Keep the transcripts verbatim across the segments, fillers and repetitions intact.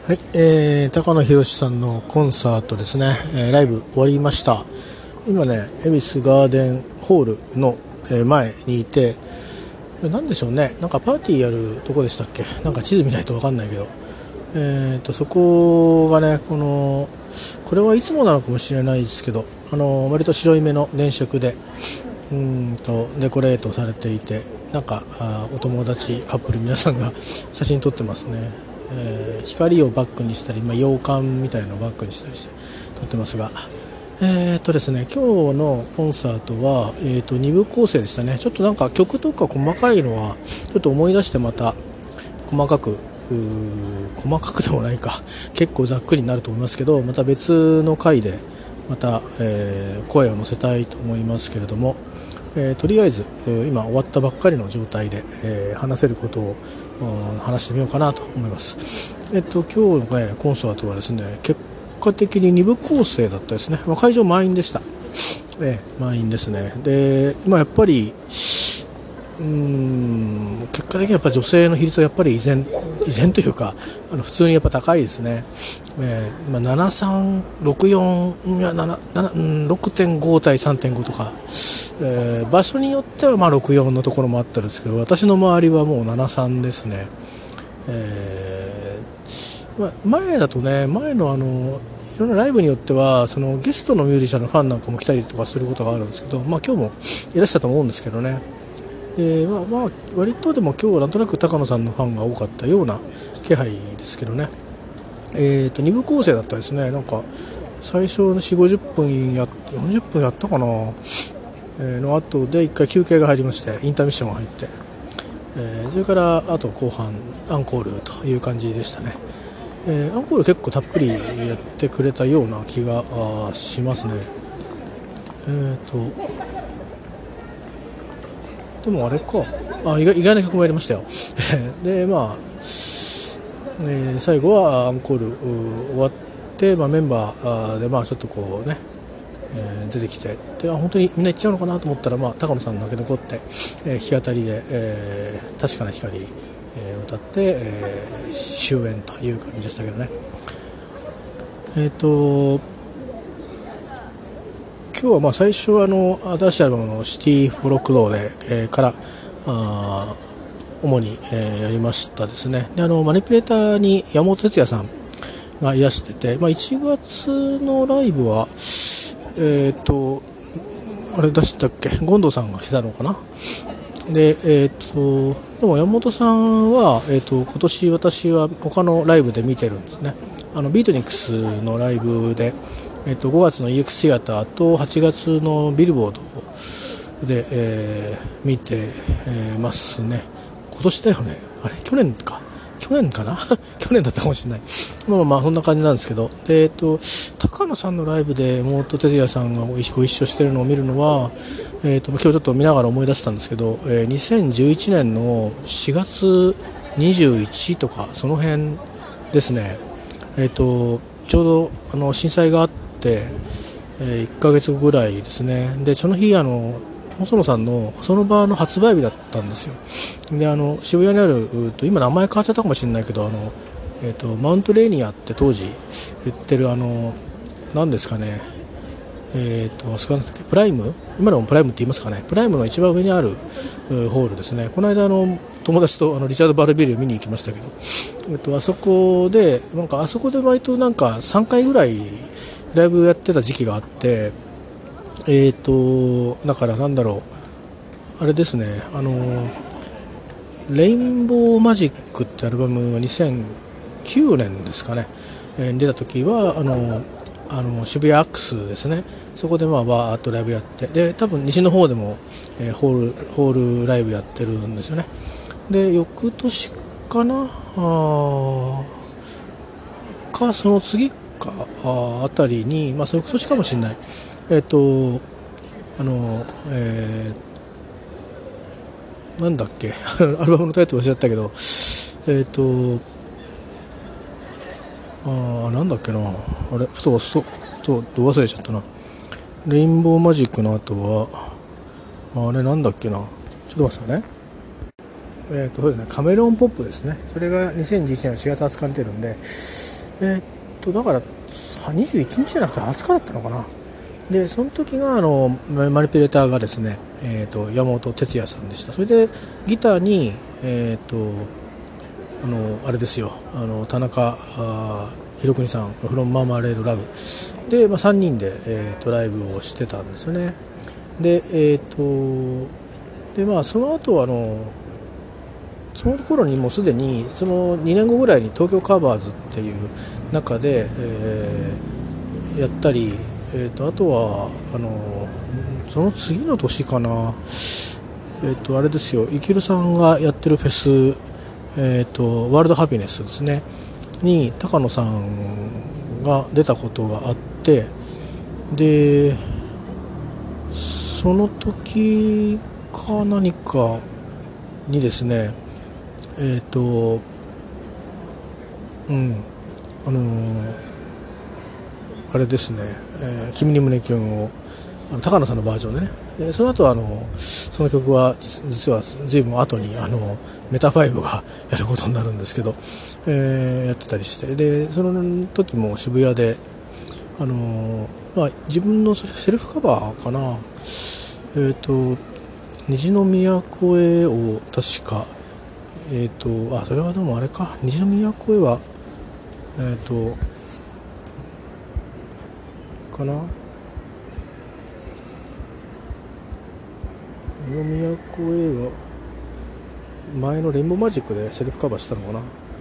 はい、えー、高野博さんのコンサートですね、えー、ライブ終わりました。今ね、恵比寿ガーデンホールの、えー前にいて、なんでしょうね、なんかパーティーやるとこでしたっけ、なんか地図見ないと分かんないけど、えーと、そこがね、この、これはいつもなのかもしれないですけど、あの割と白い目の電飾で、うーんとデコレートされていて、なんかあお友達カップル皆さんが写真撮ってますね。えー光をバックにしたり、まあ、洋館みたいなのをバックにしたりして撮ってますが、えーとですね、今日のコンサートは、えーとに部構成でしたね。ちょっとなんか曲とか細かいのはちょっと思い出して、また細かくうー細かくでもないか、結構ざっくりになると思いますけど、また別の回でまた、えー声を乗せたいと思いますけれども、えーとりあえず今終わったばっかりの状態で、えー話せることをうん話してみようかなと思います。えっと今日の、ね、コンサートはですね、結果的にに部構成だったですね。まあ、会場満員でした。えー満員ですね。で、まあ、やっぱりうーん結果的にやっぱ女性の比率はやっぱり依然依然というか、あの普通にやっぱ高いですね。えーまあ、ななさんろくよん、いやななななうん ろくてんご 対 さんてんご とか、えー場所によってはまあろくよんのところもあったんですけど、私の周りはもうななさんですね。えーまあ、前だとね、前のあのいろんなライブによってはそのゲストのミュージシャンのファンなんかも来たりとかすることがあるんですけど、まあ、今日もいらっしゃったと思うんですけどね。えーまあまあ、割とでも今日はなんとなく高野さんのファンが多かったような気配ですけどね。えー、とに部構成だったですね。なんか最初のよんじゅうごじゅっぷんやよんじゅっぷんやったかな、えーの後でいっかい休憩が入りまして、インターミッションが入って、えーそれからあと後半アンコールという感じでしたね。えーアンコール結構たっぷりやってくれたような気があーしますね。えーとでもあれか、あ意外意外な曲もやりましたよ。でまあ、えー最後はアンコール終わって、まあ、メンバーでまあちょっとこうね、えー出てきて、で本当にみんな行っちゃうのかなと思ったら、まあ、高野さんだけ残って、えー弾き語りで、えー確かな光、えー歌って、えー終演という感じでしたけどね。えっ、と今日はまあ最初はあの新しいアルバムのシティフォロクローで、えーからあ主に、えーやりましたですね。であのマニピュレーターに山本哲也さんがいらしてて、まあ、いちがつのライブはえっ、とあれ出したっけ、権藤さんが来たのかな。でえっ、とでも山本さんは、えー、と今年私は他のライブで見てるんですね。あのビートニクスのライブで、えー、とごがつの イーエックス シアターとはちがつのビルボードで、えー見て、えーますね。今年だよね、あれ去年か去年かな去年だったかもしれない。まあまあそんな感じなんですけど、で、えっと、高野さんのライブで山本哲也さんがご一緒してるのを見るのは、えっと、今日ちょっと見ながら思い出したんですけど、えーにせんじゅういちねんのしがつにじゅういちとかその辺ですね。えっと、ちょうどあの震災があって、えーいっかげつごぐらいですね。でその日あの細野さんのその場の発売日だったんですよ。であの渋谷にあると今名前変わっちゃったかもしれないけど、あの、えー、とマウントレーニアって当時言ってるあの何ですかね、えー、とあそこなんだっけ、プライム、今でもプライムって言いますかね、プライムの一番上にあるホールですね。この間あの友達とあのリチャード・バルビルを見に行きましたけど、えー、とあそこでなんかあそこで割となんかさんかいぐらいライブやってた時期があって、えー、とだからなんだろう、あれですね、あのレインボーマジックってアルバムがにせんきゅうねんですかね、えー出た時はあのあの渋谷アックスですね。そこでまあバーッとライブやって、で多分西の方でも、えーホールホールライブやってるんですよね。で翌年かなあかその次かああたりに、まあその翌年かもしれない、えっ、とあのえーなんだっけアルバムのタイトル忘れちゃったけど、えっ、とあなんだっけな、あれふとふととど忘れちゃったな。レインボーマジックの後はあれなんだっけな、ちょっと待ってくださいね。 えーとそうですね、カメレオンポップですね。それがにせんじゅういちねんのしがつはつかに出るんで、えー、っとだからにじゅういちにちじゃなくてはつかだったのかな。でその時があのマニピュレーターがですね、えー、と山本哲也さんでした。それでギターに、えー、とあのあれですよ、あの田中宏邦さんフロムマーマレードラブで、まあ、さんにんで、えー、とライブをしてたんですよね。でえっ、とでまあその後あのその頃にもうすでにそのにねんごぐらいに東京カバーズっていう中で、えー、やったり、えー、とあとはあのその次の年かな、えー、とあれですよ、イキルさんがやってるフェス、えー、とワールドハピネスですねに高野さんが出たことがあって、でその時か何かにですね、えっ、ー、とうんあのー、あれですね、えー、君に胸キュンをあの高野さんのバージョンでね、でその後はあのその曲は実は随分後にあのメタファイブがやることになるんですけど、えー、やってたりして、でその時も渋谷であのーまあ、自分のセルフカバーかな、えっ、ー、と虹の都へを確かえっ、ー、とあそれはでもあれか、虹の都へはえっ、ー、とかな虹の都へは前のレインボーマジックでセルフカバーしたのかな。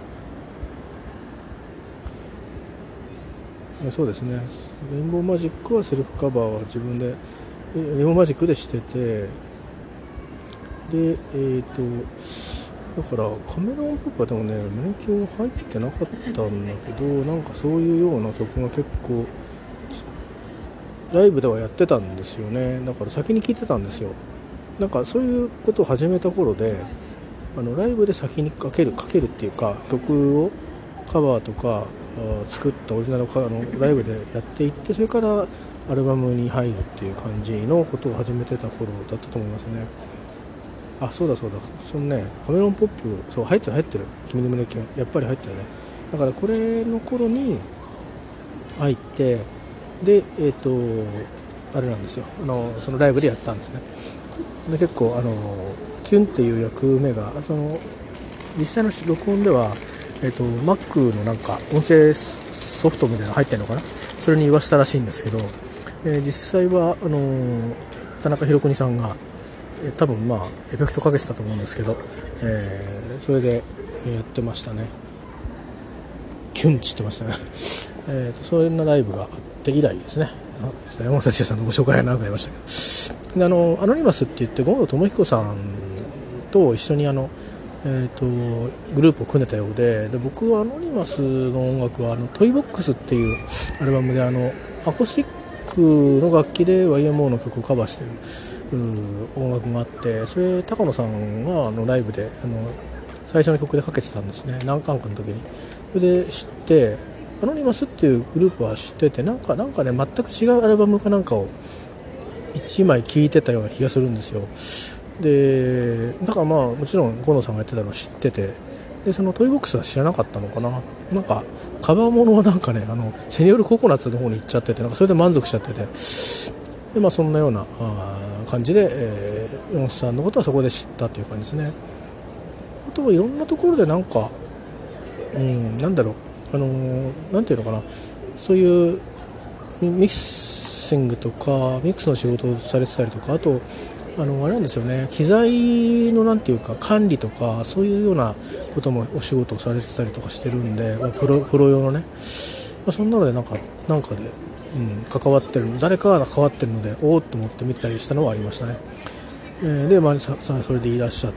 そうですね、レインボーマジックはセルフカバーは自分でレインボーマジックでしてて、でえっ、ー、とだからカメレオンポップはでもね胸キュン入ってなかったんだけど、なんかそういうような曲が結構ライブではやってたんですよね。だから先に聴いてたんですよ。なんかそういうことを始めた頃で、あのライブで先にかけるかけるっていうか、曲をカバーとか作ったオリジナルをあのライブでやっていって、それからアルバムに入るっていう感じのことを始めてた頃だったと思いますね。あ、そうだそうだ、そのねカメレオンポップ、そう入ってる入ってる君の胸キュンやっぱり入ってるね。だからこれの頃に入って、でえっ、ー、とあれなんですよ、あのそのライブでやったんですね。で結構あのキュンっていう役目がその実際の録音では、えー、と Mac のなんか音声ソフトみたいなの入ってるのかな、それに言わせたらしいんですけど、えー、実際はあのー、田中宏邦さんが、えー、多分まあエフェクトかけてたと思うんですけど、えー、それでやってましたね。キュンって言ってましたねえとそんなライブがあって以来ですね。山本達也さんのご紹介が何かありましたけど、であのアノニマスって言って権藤智彦さんと一緒にあの、えー、とグループを組んでたようで、で僕はアノニマスの音楽はあのトイボックスっていうアルバムであのアコースティックの楽器で ワイエムオー の曲をカバーしてる音楽があって、それ高野さんがあのライブであの最初の曲でかけてたんですね、何巻かの時に。それで知って、アノニマスっていうグループは知ってて、なんかなんかね全く違うアルバムかなんかをいちまい聴いてたような気がするんですよ。でだからまあもちろん権藤さんがやってたのを知ってて、でそのトイボックスは知らなかったのかな。なんかカバーものはなんかねあのセニョールココナッツの方に行っちゃってて、なんかそれで満足しちゃってて、でまあそんなようなあ感じで、えー、山本さんのことはそこで知ったっていう感じですね。あとはいろんなところでなんか、うん、なんだろう、あのー、なんていうのかな、そういうミキシングとかミックスの仕事をされてたりとか、あとあのあれなんですよね、機材のなんていうか管理とかそういうようなこともお仕事をされてたりとかしてるんで、まあ、プロプロ用のね、まあ、そんなのでなんかなんかで、うん、関わってるの、誰かが関わってるのでおおっと思って見てたりしたのはありましたね。えー、で、まあ、ささそれでいらっしゃって、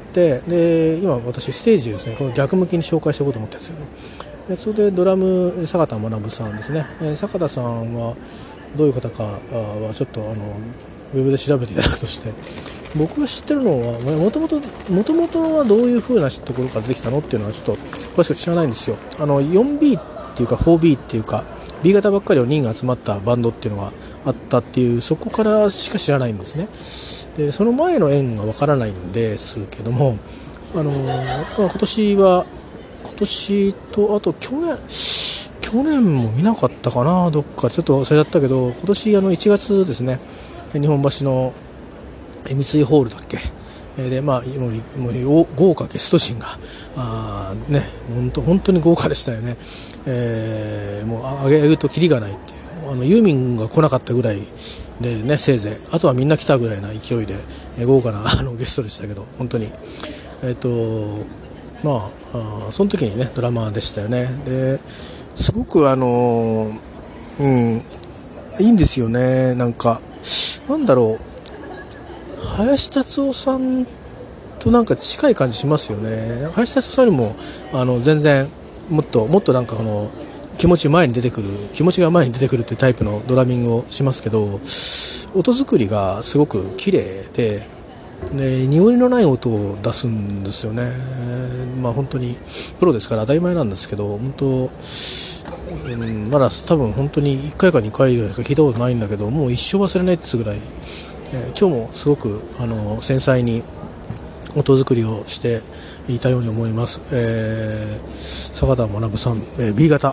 で今私ステージですね、この逆向きに紹介していこうと思ってるんですよね。でそれでドラム坂田学さんですね、えー、坂田さんはどういう方かはちょっとあのウェブで調べていただくとして、僕が知ってるのはもともともともとはどういう風なところから出てきたのっていうのはちょっと詳しく知らないんですよ。あの フォービー っていうか フォービー っていうか B 型ばっかりの人が集まったバンドっていうのがあったっていう、そこからしか知らないんですね。でその前の縁がわからないんですけども、 あのまあ、今年は今年とあと去年去年も見なかったかな、どっかちょっと忘れちゃったけど、今年あのいちがつですね、日本橋の三井ホールだっけで、まあ、もうもう豪華ゲスト陣があ、ね、本当本当に豪華でしたよね。えー、もうあげるとキリがないっていう、あのユーミンが来なかったぐらいでね、せいぜいあとはみんな来たぐらいな勢いで、えー、豪華なあのゲストでしたけど、本当にえっ、ー、とまあ、あその時にねドラマでしたよね。ですごくあのー、うんいいんですよね。なんかなんだろう、林達夫さんとなんか近い感じしますよね。林達夫さんよりもあの全然もっともっとなんかこの気持ち前に出てくる気持ちが前に出てくるっていうタイプのドラミングをしますけど、音作りがすごく綺麗で、で濁りのない音を出すんですよね。まあ本当にプロですから当たり前なんですけど、本当、うん、まだ多分本当にいっかいかにかいぐらいしか聞いたことないんだけど、もう一生忘れないってぐらい、えー、今日もすごくあの繊細に音作りをしていたように思います。えー、坂田学さん、えー、ビー 型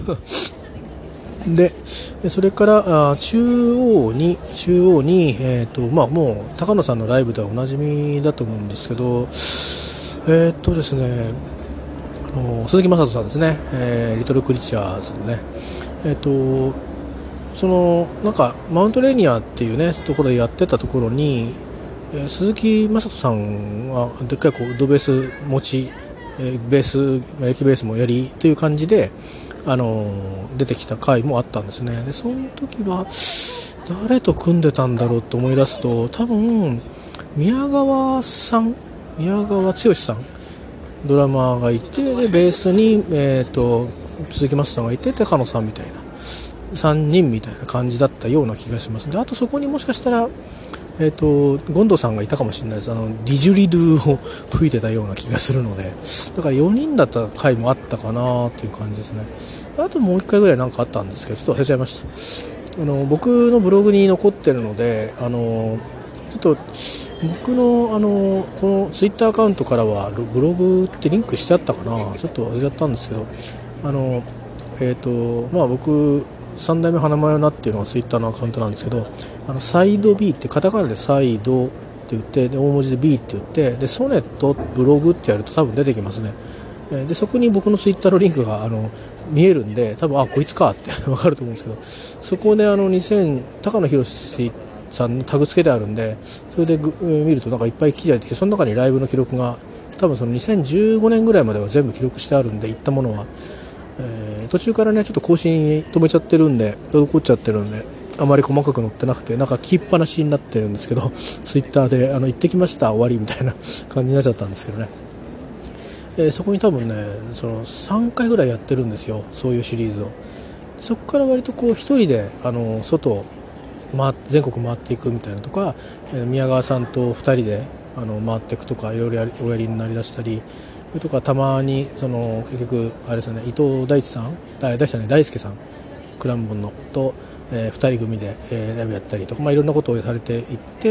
で、それからあ中央に中央に、えーとまあ、もう高野さんのライブではおなじみだと思うんですけど、えーとですね、あの鈴木雅人さんですね、えー、リトルクリーチャーズのね、えーとそのなんかマウントレーニアっていうねところでやってたところに、えー、鈴木雅人さんはでっかいこうウッドベース持ち、えー、ベースエレキベースもやりという感じで、あのー、出てきた回もあったんですね。でその時は誰と組んでたんだろうと思い出すと、多分宮川さん宮川剛さんドラマーがいて、でベースに、えー、と鈴木雅人さんがいて高野さんみたいなさんにんみたいな感じだったような気がします。であとそこにもしかしたら、えー、と権藤さんがいたかもしれないです。あのディジュリドゥを吹いてたような気がするので、だからよにんだった回もあったかなという感じですね。あともういっかいぐらいなんかあったんですけどちょっと忘れちゃいました。あの僕のブログに残ってるので、あのちょっと僕のあのこのツイッターアカウントからはブログってリンクしてあったかな、ちょっと忘れちゃったんですけど、あのえっ、ー、とまあ僕さん代目花マなっていうのがツイッターのアカウントなんですけど、あのサイド B ってカタカナでサイドって言って、で大文字で B って言って、でソネットブログってやると多分出てきますね。でそこに僕のツイッターのリンクがあの見えるんで、多分あこいつかって分かると思うんですけど、そこであのにせん高野博さんのタグ付けてあるんで、それで見るとなんかいっぱい記事が出てきて、その中にライブの記録が多分そのにせんじゅうごねんぐらいまでは全部記録してあるんで、行ったものは、えー、途中からねちょっと更新止めちゃってるんで滞っちゃってるんであまり細かく載ってなくて、なんか聞きっぱなしになってるんですけど、ツイッターであの行ってきました終わりみたいな感じになっちゃったんですけどね。えー、そこに多分ねそのさんかいぐらいやってるんですよ、そういうシリーズを。そこから割とこう一人であの外を、ま、全国回っていくみたいなとか、えー、宮川さんとふたりであの回っていくとかいろいろおやりになりだしたりとか、たまにその結局あれですよね、伊藤大地さん大地さんね大輔さんクランボンのと、えー、ふたり組で、えー、ライブやったりとか、まあ、いろんなことをされていって、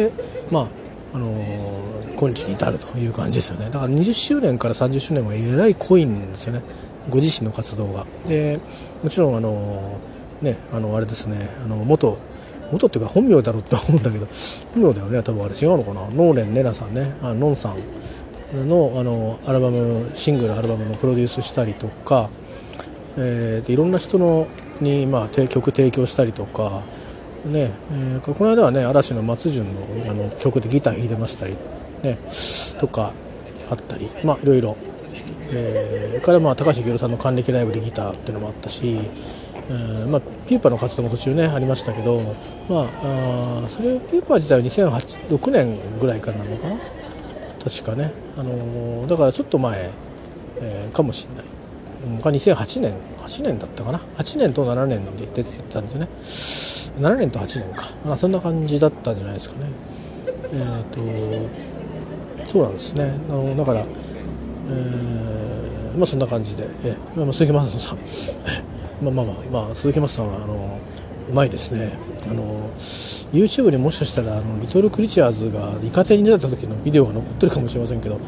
まああのー、今日に至るという感じですよね。だからにじゅっしゅうねんからさんじゅっしゅうねんはえらい濃いんですよね、ご自身の活動が。でもちろんあのー、ねあのあれですね、あの元元っていうか本名だろうって思うんだけど、本名だよね多分。あれ違うのかな、ノーレンネナさんね、あノンさんのあのアルバムシングルアルバムのプロデュースしたりとか、えー、でいろんな人のに、まあ、曲提供したりとかね、えー、この間はね嵐の松潤 の, あの曲でギター弾いてましたり、ね、とかあったり、まあいろいろ、えー、からまあ高橋幸宏さんの還暦ライブでギターっていうのもあったし、えーまあ、ピューパーの活動も途中ねありましたけど、まあ、あそれピューパー自体はにせんろくねんぐらいからなのかな確かね、あのー、だからちょっと前、えー、かもしれないにせんはちねんはちねんだったかな、はちねんとななねんで出てたんですよね。ななねんとはちねんか、まあ、そんな感じだったんじゃないですかね。えーとそうなんですね。あのだから、えー、まあそんな感じで、えーまあ、鈴木雅人さんまあまあまあ、まあ、鈴木雅人さんはあのうまいですね。あの YouTube にもしかしたらあのリトルクリチャーズがイカ天に出た時のビデオが残ってるかもしれませんけど、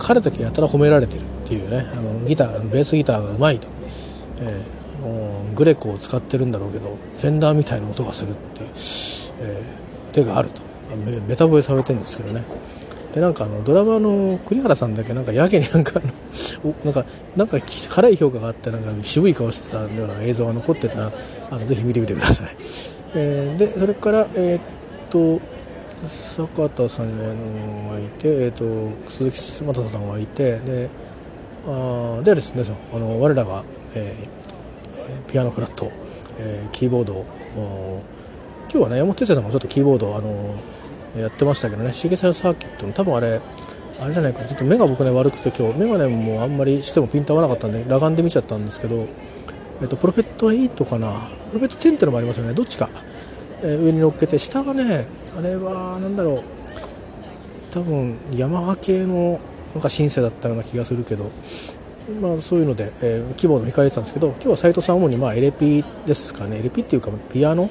彼だけやたら褒められてるっていうね、あのギターベースギターがうまいと、えー、もうグレコを使ってるんだろうけどフェンダーみたいな音がするっていう、えー、手があるとベタ褒めされてるんですけどね。でなんかあのドラマの栗原さんだけなんかやけになんかなんかなんか辛い評価があってなんか渋い顔してたような映像が残ってたらあのぜひ見てみてください。えー、でそれからえー、っと坂田さんがいて、えー、っと鈴木正人さんがいてであでですねあの我らが、えー、ピアノフラット、えー、キーボードを今日はね山本哲也さんもちょっとキーボードあのやってましたけどね、シーケーサルサーキットの多分あれあれじゃないか、ちょっと目が僕ね悪くて今日メガネもあんまりしてもピント合わなかったんで裸眼で見ちゃったんですけど、えっとプロフェットエイトかな、プロフェットテンってのもありますよね、どっちか、えー、上に乗っけて下がねあれはなんだろう多分ヤマハ系のなんかシンセだったような気がするけど、まあそういうので、えー、キーボードも控えてたんですけど、今日は斉藤さん主にまあ エルピー ですかね、 エルピー っていうかピアノ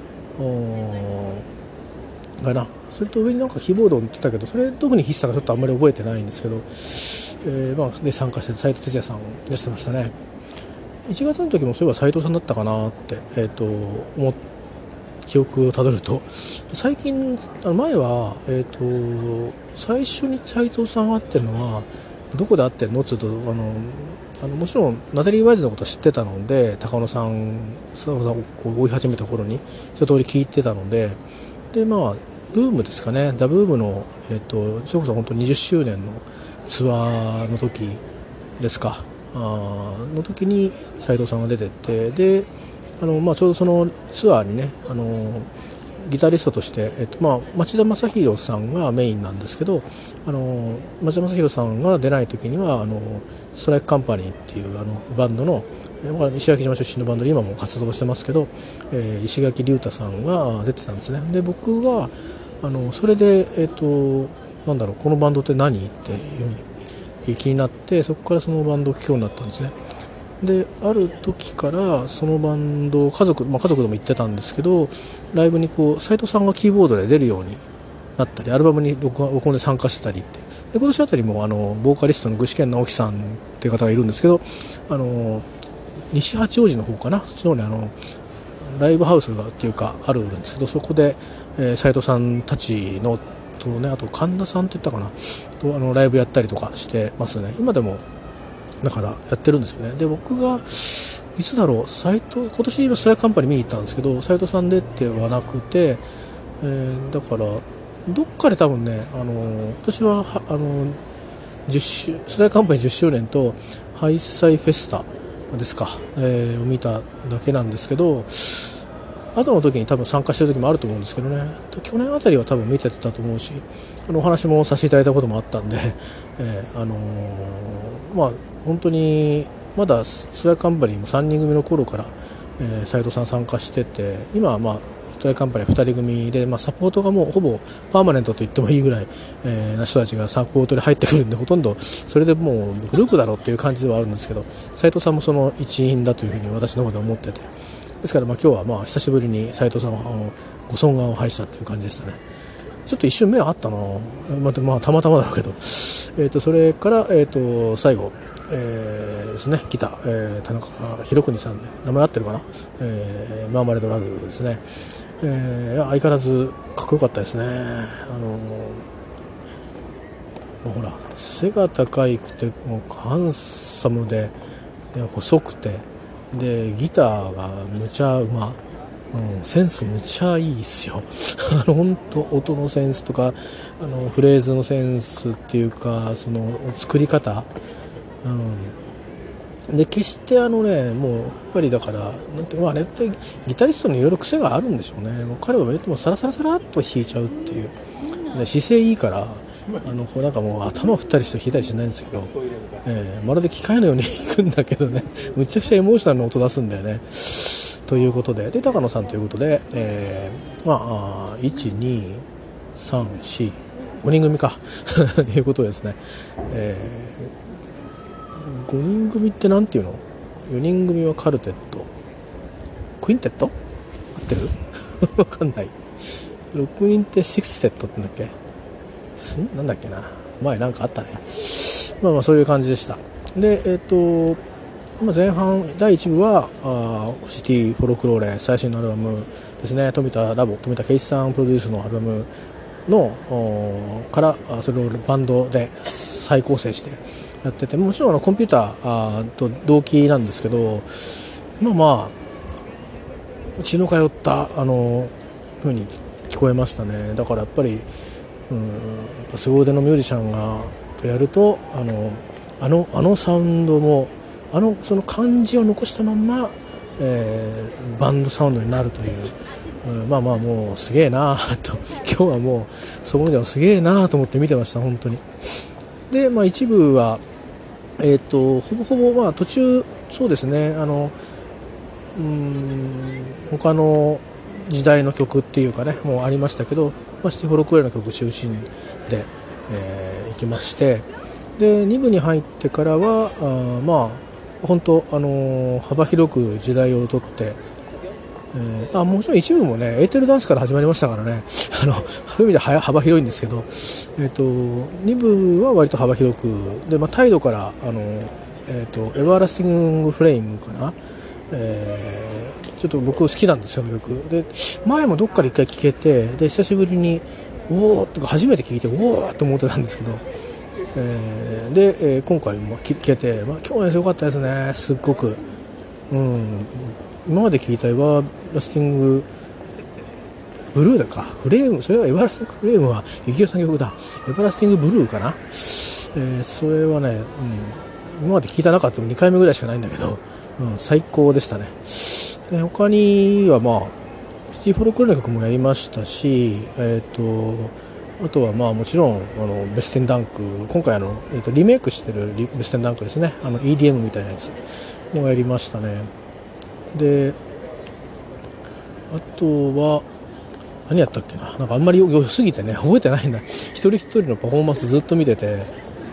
かな、それと上になんかキーボードを塗ってたけどそれ特に筆作がちょっとあんまり覚えてないんですけど、えーまあ、で参加して斉藤哲也さんを出してましたね。いちがつの時もそういえば斉藤さんだったかなって、えー、と思記憶をたどると最近あの前は、えー、と最初に斉藤さん会ってるのはどこで会ってるのって言うとあのあのもちろんナタリー・ワイズのことは知ってたので高野さん高野さんを追い始めた頃に一通り聞いてたのででまあブームですかね、ダブームの、えー、とそれこそ本当にじゅっしゅうねんのツアーの時ですかあの時に斉藤さんが出てってであの、まあ、ちょうどそのツアーにねあのギタリストとして、えっとまあ、町田正宏さんがメインなんですけどあの町田正宏さんが出ない時にはあのストライクカンパニーっていうあのバンドの石垣島出身のバンドで今も活動してますけど、えー、石垣龍太さんが出てたんですね。で僕はあのそれで、えっとなんだろうこのバンドって何っていうふうに気になってそこからそのバンドを聴くようになったんですね。である時からそのバンド家族、まあ、家族でも行ってたんですけどライブにこう斉藤さんがキーボードで出るようになったりアルバムに録音で参加してたりってで今年あたりもあのボーカリストの具志堅直樹さんっていう方がいるんですけどあの西八王子の方かなそっちの方にあのライブハウスがっていうかあるんですけどそこで、えー、斉藤さんたちのとねあと神田さんって言ったかなとあのライブやったりとかしてますね。今でもだからやってるんですよね。で僕がいつだろう斉藤今年ストライクカンパニー見に行ったんですけど斉藤さんでってはなくて、えー、だからどっかで多分ねあの今年はあのじゅっ周ストライクカンパニーじゅっしゅうねんとハイサイフェスタですか、えー、を見ただけなんですけど後の時に多分参加してる時もあると思うんですけどね去年あたりは多分見てたと思うしあのお話もさせていただいたこともあったんで、えー、あのー、まあ本当にまだストライクカンパニーもさんにん組の頃から、えー、斉藤さん参加してて今はまあストライクカンパニーふたり組で、まあ、サポートがもうほぼパーマネントと言ってもいいぐらい、えー、な人たちがサポートで入ってくるんでほとんどそれでもうグループだろうっていう感じではあるんですけど斉藤さんもその一員だというふうに私の方で思っててですからまあ今日はまあ久しぶりに斉藤さんはご尊顔を拝したという感じでしたね。ちょっと一瞬目はあったな、まあ、まあたまたまだろうけど、えー、とそれから、えー、と最後、えー、ですねギター、えー、田中宏邦さんで名前合ってるかな、えー、マーマレードラグですね、えー、相変わらずかっこよかったですね。あのー、ほら背が高いくてもうハンサムで、で細くてでギターがむちゃうま、うん、センスむちゃいいですよ本当音のセンスとかあのフレーズのセンスっていうかその作り方、うん、で決してあのねもうやっぱりだからなんて、まあ、あれってギタリストにいろいろ癖があるんでしょうね。もう彼はもうサラサラサラっと弾いちゃうっていうで姿勢いいからあのこうなんかもう頭を振ったりして弾いたりしないんですけど、えー、まるで機械のように弾くんだけどねむちゃくちゃエモーショナルな音出すんだよねということでで高野さんということで、えー、まあいち、に、さん、よん、ごにん組かということですね、えー、ごにん組ってなんていうの？よにん組はカルテットクインテット合ってるわかんない。ろくにんってシクステットってんだっけすなんだっけな前なんかあったね。 まあまあそういう感じでした。でえっ、ー、とまあ、前半だいいち部はあシティフォロクローレ最新のアルバムですね、富田ラボ富田圭一さんプロデュースのアルバムのからそれをバンドで再構成してやってて、もちろんあのコンピューターと同期なんですけど、まあまあ血の通ったあの風に聞こえましたね。だからやっぱりうん凄腕のミュージシャンがやるとあのあのあのサウンドもあのその感じを残したまんま、えー、バンドサウンドになるという、うん、まあまあもうすげえなと今日はもうそういう意味ではすげえなと思って見てました本当に。でまあ一部はえっとほぼほぼまあ途中そうですねあのうーん他の時代の曲っていうかねもうありましたけど、まあ、シティフォロクレーの曲中心で、えー、行きまして、でに部に入ってからはあまあ本当、あのー、幅広く時代をとって、えー、あもちろん一部もねエーテルダンスから始まりましたからねあのそういう意味では幅広いんですけど、えー、とに部は割と幅広くで、まあ、態度から、あのーえー、とエバーラスティングフレームかな、えー、ちょっと僕好きなんですよよく。で前もどっかで一回聴けて、で久しぶりにおおとか初めて聞いておおと思ってたんですけど、えー、で、えー、今回も聴けて、まあ、今日ね良かったですねすっごく、うん、今まで聴いたエバーラスティングブルーだかフレームそれはエバーラスティングフレームは雪代さん曲だエバーラスティングブルーかな、えー、それはね、うん、今まで聴いたなかったのにかいめぐらいしかないんだけど、うん、最高でしたね。で他にはまあシティフォロクレの曲もやりましたし、えっ、ー、とあとはまあもちろんあのベステンダンク今回あの、えー、とリメイクしてるベステンダンクですね、あの イーディーエム みたいなやつもやりましたね。であとは何やったっけな、なんかあんまり良すぎてね覚えてないんだ。一人一人のパフォーマンスずっと見てて、え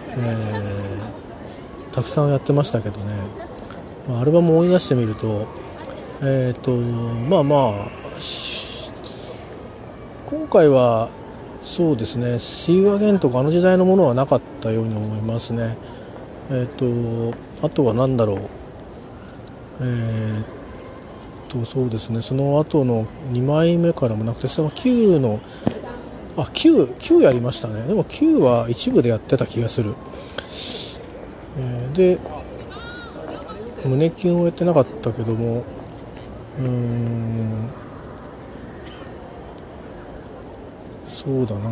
ー、たくさんやってましたけどね、まあ、アルバムを思い出してみるとえっ、ー、とまあまあ今回はそうですね、シーアゲンとかあの時代のものはなかったように思いますね。えっ、ー、とあとは何だろう、えー、とそうですね、その後のにまいめからもなくてそのきゅうのあきゅう、きゅうやりましたね。でもきゅうは一部でやってた気がする、えー、で胸キュンをやってなかったけどもうーんそうだな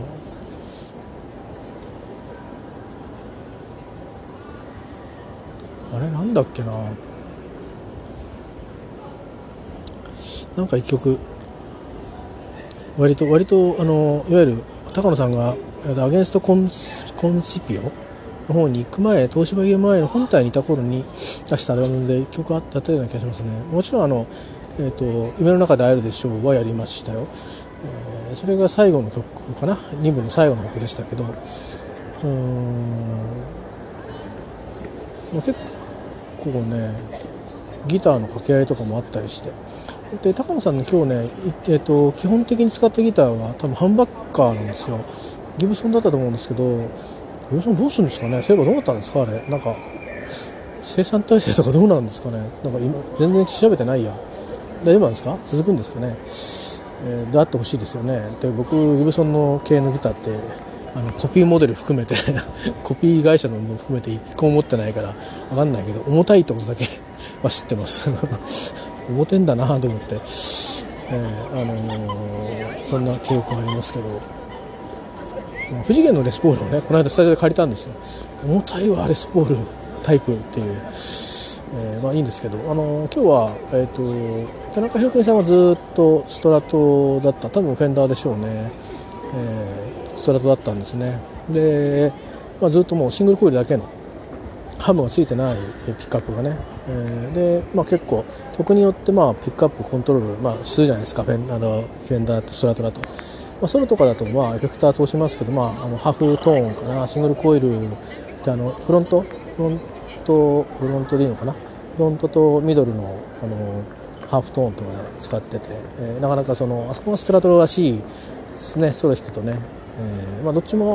あれなんだっけな、なんか一曲割と割とあのいわゆる高野さんがアゲンストコンコンシピオの方に行く前、東芝行く前の本体にいた頃に出したアルバムで一曲あったような気がしますね。もちろんあの、えーと、夢の中で会えるでしょうはやりましたよ、えー、それが最後の曲かな、に部の最後の曲でしたけど、うーん、まあ、結構ねギターの掛け合いとかもあったりして、で高野さんの今日ね、えー、と基本的に使ったギターは多分ハンバッカーなんですよ。ギブソンだったと思うんですけど、ギブソンどうするんですかね、そういえばどうだったんですかあれ、なんか生産体制とかどうなんですかね、なんか今全然調べてないや。大丈夫なんですか、続くんですかね、えー、であってほしいですよね。で僕ギブソンの系のギターってあのコピーモデル含めてコピー会社のも含めていっこも持ってないから分かんないけど、重たいってことだけは知ってます重てんだなと思って、えーあのー、そんな記憶がありますけど、不次元のレスポールをねこの間スタジオで借りたんですよ。重たいわレスポールタイプっていう、えー、まあいいんですけど、あのー、今日は、えー、と田中宏邦さんはずっとストラトだった、多分フェンダーでしょうね、えー、ストラトだったんですね。で、まあ、ずっともうシングルコイルだけのハムがついてないピックアップがね、えー、で、まあ、結構曲によってまあピックアップコントロール、まあ、するじゃないですか、フェン、あのフェンダーとストラトだと、まあ、ソロとかだとまあエフェクター通しますけど、まあ、あのハーフトーンかな、シングルコイルってあのフロントフロントフロントでいいのかな、フロントとミドルの、あのハーフトーンとか、ね、使ってて、えー、なかなかそのあそこのストラトらしいですね、ソロ弾くとね、えーまあ、どっちも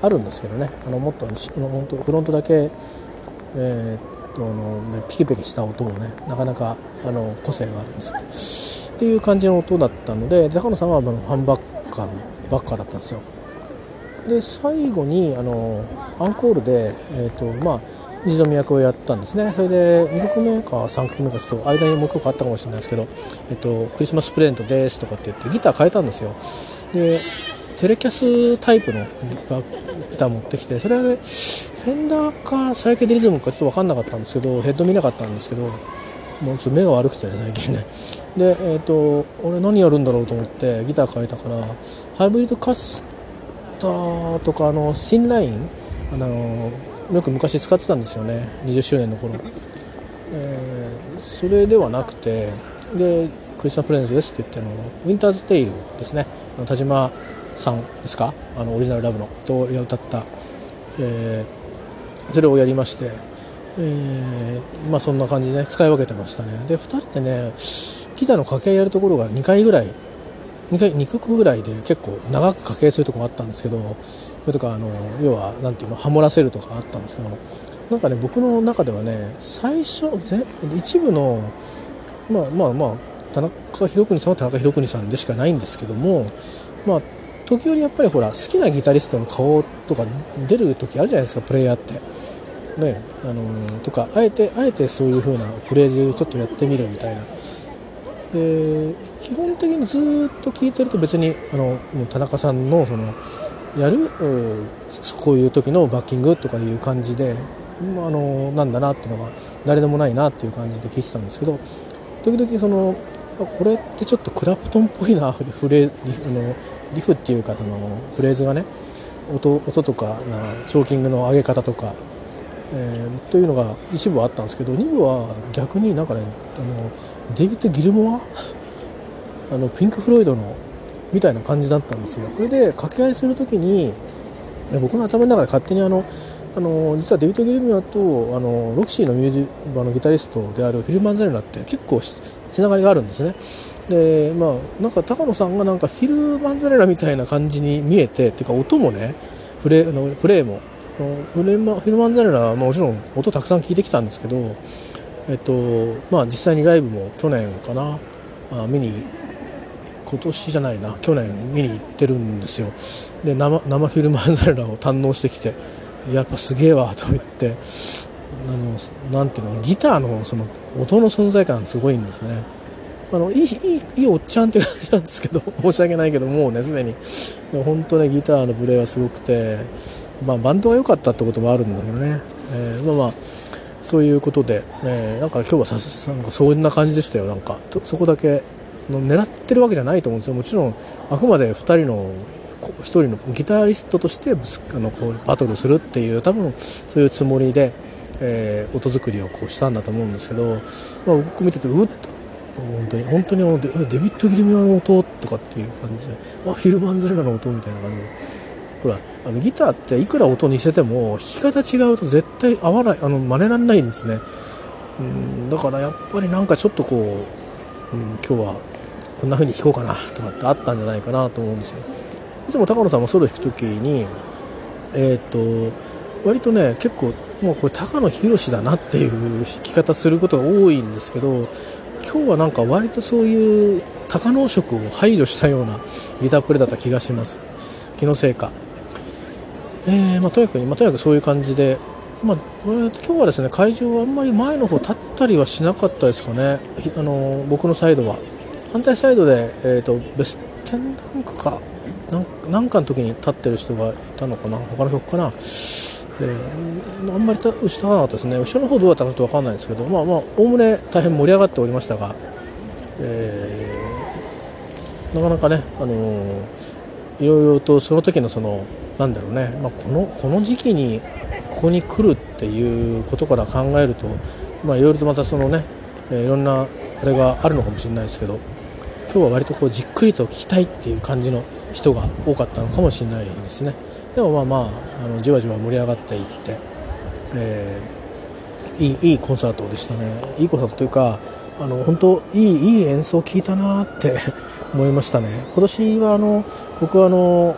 あるんですけどね、あのもっと本当フロントだけ、えー、っとあのピキピキした音もねなかなかあの個性があるんですっていう感じの音だったので、高野さんはあのファンバッカーばっかだったんですよ。で最後にあのアンコールで、えーとまあ、二度見役をやったんですね。それでにきょくめかさんきょくめかちょっと間にもういっこかあったかもしれないですけど、えーと、クリスマスプレゼントですとかって言ってギター変えたんですよ。でテレキャスタイプのギター持ってきて、それはねフェンダーかサイケデリズムかちょっと分かんなかったんですけど、ヘッド見なかったんですけど、もうちょっと目が悪くてね最近ね。で、えーと俺何やるんだろうと思ってギター変えたから、ハイブリッドカスターとかあのシンラインあのよく昔使ってたんですよね、にじゅっしゅうねんの頃、えー、それではなくて、でクリスマスプレゼントですって言ってあのウィンターズテイルですね、田島さんですか、あのオリジナルラブのと歌った、えー、それをやりまして、えー、まあそんな感じで、ね、使い分けてましたね。でふたりでねギターの掛け合いやるところがにかいぐらいにかいにきょくぐらいで結構長く掛け合いするところもあったんですけど、それとかあの要はなんていうのハモらせるとかあったんですけど、なんかね僕の中ではね最初一部のまあまあまあ田中宏邦さんは田中宏邦さんでしかないんですけども、まあ時折やっぱりほら好きなギタリストの顔とか出る時あるじゃないですか、プレイヤーってね、あのー、とかあえてあえてそういう風なフレーズをちょっとやってみるみたいな。で基本的にずっと聞いてると別にあのもう田中さんのそのやるこういう時のバッキングとかいう感じで、あのなんだなっていうのが誰でもないなっていう感じで聞いてたんですけど、時々そのこれってちょっとクラプトンっぽいなフレリフあのリフっていうかそのフレーズがね 音, 音とかチョーキングの上げ方とか、えー、というのが一部はあったんですけど、二部は逆になんかねあのデイビッド・ギルモアあのピンク・フロイドのみたいな感じだったんですよ。それで掛け合いするときに僕の頭の中で勝手にあのあの実はデイビッド・ギルモアとあのロキシーのミュージあのギタリストであるフィル・マンザレラって結構つながりがあるんですね。でまあなんか高野さんがなんかフィル・マンザレラみたいな感じに見えて、っていうか音もねプレあのプレイもフレマフィル・マンザレラはもちろん音たくさん聞いてきたんですけど、えっとまあ実際にライブも去年かなあ見に今年じゃないな去年見に行ってるんですよ。で 生, 生フィル・マンザレラを堪能してきて、やっぱすげえわと言って、あのなんていうのギターのその音の存在感すごいんですね。あのいいいいいいおっちゃんって感じなんですけど申し訳ないけどもうねすでに本当ねギターのプレイはすごくて、まあバンドが良かったってこともあるんだけどね、えー、まあまあそういうことで、えー、なんか今日はさすなんかそんな感じでしたよ。なんかそこだけ狙ってるわけじゃないと思うんですよ。もちろんあくまでふたりのひとりのギタリストとしてあのこうバトルするっていう多分そういうつもりで、えー、音作りをこうしたんだと思うんですけど、まあ、僕見ててうっと本当に本当にデビッド・ギルモアの音とかっていう感じで、あフィル・マンザレラの音みたいな感じで、ほらあのギターっていくら音似せても弾き方違うと絶対合わない、あの真似られないんですね。うんだからやっぱりなんかちょっとこう、うん、今日はこんな風に弾こうかなとかってあったんじゃないかなと思うんですよ。いつも高野さんもソロ弾くときにえっと割とね結構もうこれ高野宏だなっていう弾き方することが多いんですけど、今日はなんか割とそういう高能色を排除したようなギタープレイだった気がします。気のせいか、えーまあ、とにかく、まあ、とにかくそういう感じで、まあ、今日はですね会場はあんまり前の方立ったりはしなかったですかね。あの僕のサイドは反対サイドで、えーと、ベステンランクかなんかの時に立ってる人がいたのかな、他の曲かな、えー、あんまり立たなかったですね。後ろの方どうだったかちょっと分かんないですけど、まあまあおおむね大変盛り上がっておりましたが、えー、なかなかね、あのー、いろいろとその時のそのなんだろうね、まあ、このこの時期にここに来るっていうことから考えると、まあ、いろいろとまたそのね、えー、いろんなあれがあるのかもしれないですけど、今日は割とこうじっくりと聞きたいっていう感じの人が多かったのかもしれないですね。でもまあまあ、あのじわじわ盛り上がっていって、えー、いいいいコンサートでしたね。いいコンサートというか、あの本当いいいい演奏聞いたなって思いましたね。今年はあの僕はあの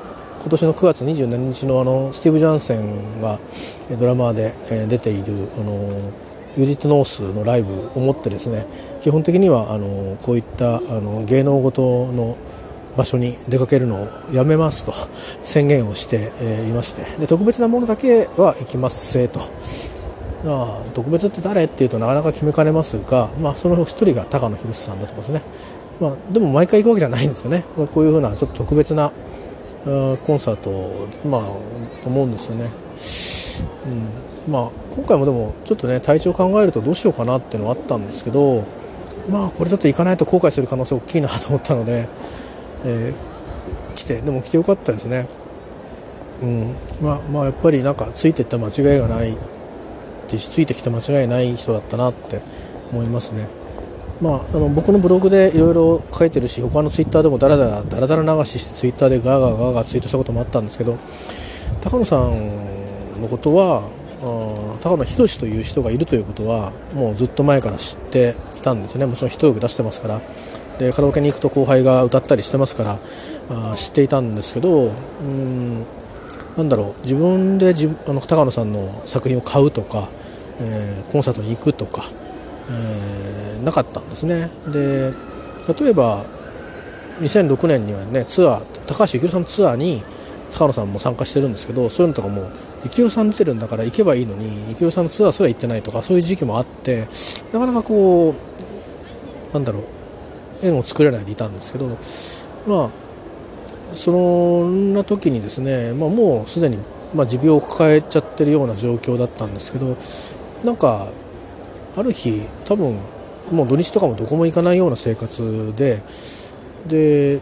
今年のくがつにじゅうしちにちのあのスティーブ・ジャンセンがドラマーで出ているあのユディット・ノースのライブをもってですね、基本的にはあのこういったあの芸能事の場所に出かけるのをやめますと宣言をしていまして、で特別なものだけは行きますせと。まあ、特別って誰っていうとなかなか決めかねますが、まあ、その一人が高野宏さんだとかですね、まあ、でも毎回行くわけじゃないんですよね。こういうふうなちょっと特別なコンサート、まあ、思うんですよね。うん、まあ、今回もでもちょっとね体調を考えるとどうしようかなっていうのはあったんですけど、まあこれちょっと行かないと後悔する可能性大きいなと思ったので、えー、来てでも来てよかったですね。うん、まあまあやっぱりなんかついていった間違いがないってついてきた間違いない人だったなって思いますね。まあ、あの僕のブログでいろいろ書いてるし、他のツイッターでもダラダラダラダラ流ししてツイッターでガーガーガーガーツイートしたこともあったんですけど、高野さんのことは高野宏という人がいるということはもうずっと前から知っていたんですね。もちろん一呼び出してますから、でカラオケに行くと後輩が歌ったりしてますからあ知っていたんですけど、うーんなんだろう、自分で自あの高野さんの作品を買うとか、えー、コンサートに行くとか、えー、なかったんですね。で例えばにせんろくねんにはねツアー高橋幸宏さんのツアーに高野さんも参加してるんですけど、そういうのとかも幸宏さん出てるんだから行けばいいのに幸宏さんのツアーすら行ってないとか、そういう時期もあって、なかなかこうなんだろう縁を作れないでいたんですけど、まあそんな時にですね、まあ、もうすでにまあ持病を抱えちゃってるような状況だったんですけど、なんかある日多分もう土日とかもどこも行かないような生活でで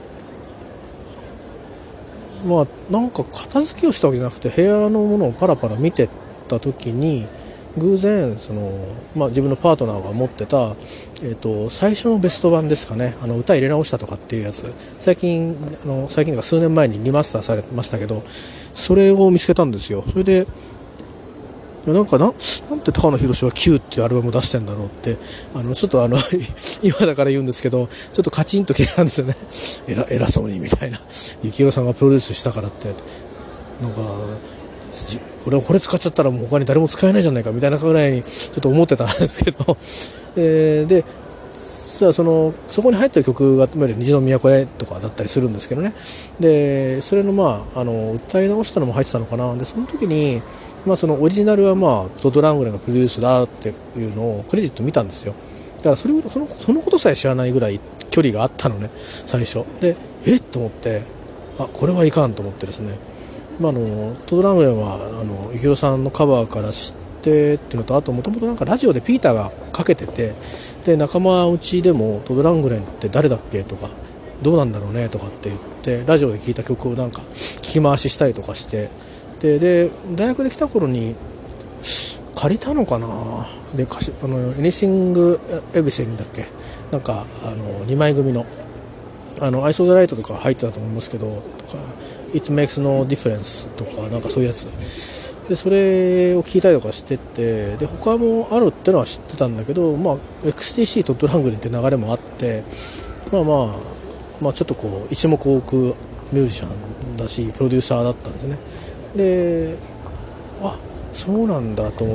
まあなんか片付けをしたわけじゃなくて部屋のものをパラパラ見てた時に偶然その、まあ、自分のパートナーが持ってた、えー、と最初のベスト版ですかね、あの歌入れ直したとかっていうやつ、最近あの最近が数年前にリマスターされてましたけど、それを見つけたんですよ。それでなんかな、なんて高野宏は Q っていうアルバムを出してんだろうって、あのちょっとあの今だから言うんですけど、ちょっとカチンときたんですよね。偉偉そうにみたいな、幸宏さんがプロデュースしたからってなんかこれこれ使っちゃったらもう他に誰も使えないじゃないかみたいなぐらいにちょっと思ってたんですけど、えー、でさあそのそこに入ってる曲が虹の都へとかだったりするんですけどね、でそれのまああの歌い直したのも入ってたのかな。でその時にまあそのオリジナルはまあトッド・ラングレンがプロデュースだっていうのをクレジット見たんですよ。だからそれそのそのことさえ知らないぐらい距離があったのね最初で、えっと思って、あこれはいかんと思ってですね、まあ、あのトッド・ラングレンはあの幸宏さんのカバーから知ってっていうのと、あともともとなんかラジオでピーターがかけてて、で仲間内でもトッド・ラングレンって誰だっけとかどうなんだろうねとかって言ってラジオで聴いた曲をなんか聞き回ししたりとかして、でで大学で来た頃に借りたのかな、であの Anything Everything だっけ、なんかあのにまい組のあの I Saw the Light とか入ってたと思いますけど、とか It Makes No Difference とかなんかそういうやつで、それを聞いたりとかしてて、で他もあるってのは知ってたんだけど、まあ エックスティーシー トッドラングレンって流れもあって、まあまあまあちょっとこう一目置くミュージシャンだしプロデューサーだったんですね。であそうなんだと思って、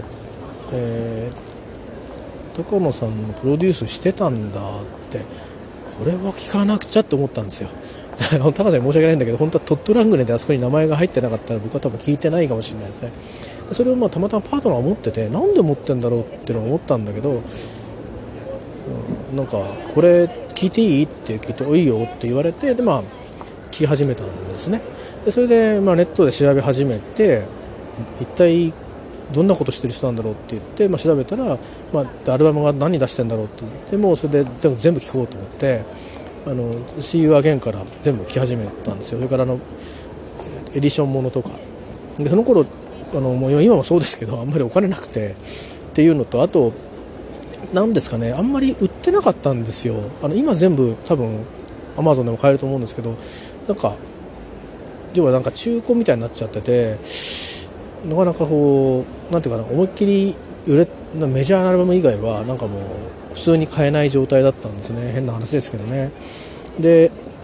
えー、高野さんのプロデュースしてたんだって、これは聞かなくちゃって思ったんですよ。高野さん申し訳ないんだけど、本当はトッドラングレンであそこに名前が入ってなかったら僕は多分聞いてないかもしれないですね。それをまあたまたまパートナーが持ってて、なんで持ってんだろうってのを思ったんだけど、うん、なんかこれ聞いていいって聞いて、いいよって言われて、でまあ聞き始めたんですね。でそれでまあネットで調べ始めて、一体どんなことしてる人なんだろうって言って、まあ、調べたら、まあ、アルバムが何出してんだろうって言っても、それで全部聞こうと思って、あの See You Again から全部聞き始めたんですよ。それからあのエディションものとかで、その頃あのもう今もそうですけどあんまりお金なくてっていうのと、あと何ですかね、あんまり売ってなかったんですよ。あの今全部多分 Amazon でも買えると思うんですけど、なんか要はなんか中古みたいになっちゃってて、なかなかこうなんていうかな、思いっきり売れメジャーなアルバム以外はなんかもう普通に買えない状態だったんですね。変な話ですけどね。で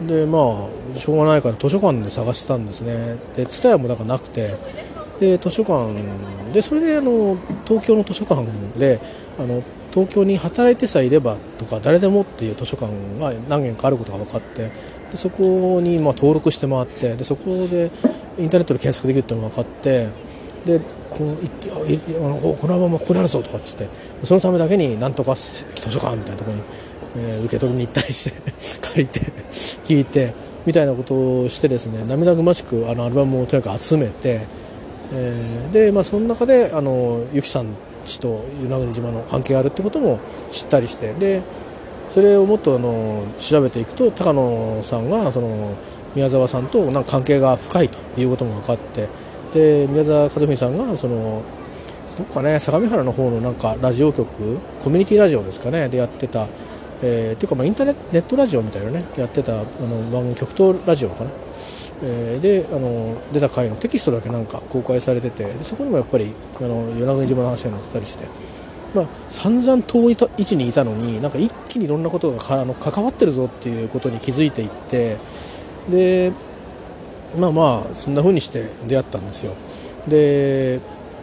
でまあしょうがないから図書館で探したんですね。でツタヤもだからなくて、で図書館でそれであの東京の図書館であの東京に働いてさえいればとか誰でもっていう図書館が何軒かあることが分かって、でそこにまあ登録して回って、でそこでインターネットで検索できるっていうのが分かって、でこのいいあのこのままここにあるぞとかっつって、そのためだけになんとか図書館みたいなところに、えー、受け取りに行ったりして借りて聞いてみたいなことをしてですね、涙ぐましくあのアルバムをとにかく集めて、えー、でまあその中であのゆきさんちと与那国島の関係があるってことも知ったりして、でそれをもっとあの調べていくと高野さんがその宮沢さんとなんか関係が深いということも分かって、で宮沢和文さんがそのどこかね相模原の方のなんかラジオ局コミュニティラジオですかねでやってた、えー、っていうかまあインターネットネットラジオみたいなねやってたあの番組極東ラジオかな、えー、であの出た回のテキストだけなんか公開されてて、でそこにもやっぱりあの与那国島の話が載ってたりして、まあ、散々遠い位置にいたのになんか一気にいろんなことがかあの関わってるぞっていうことに気づいていって、でまあまあそんな風にして出会ったんですよ。で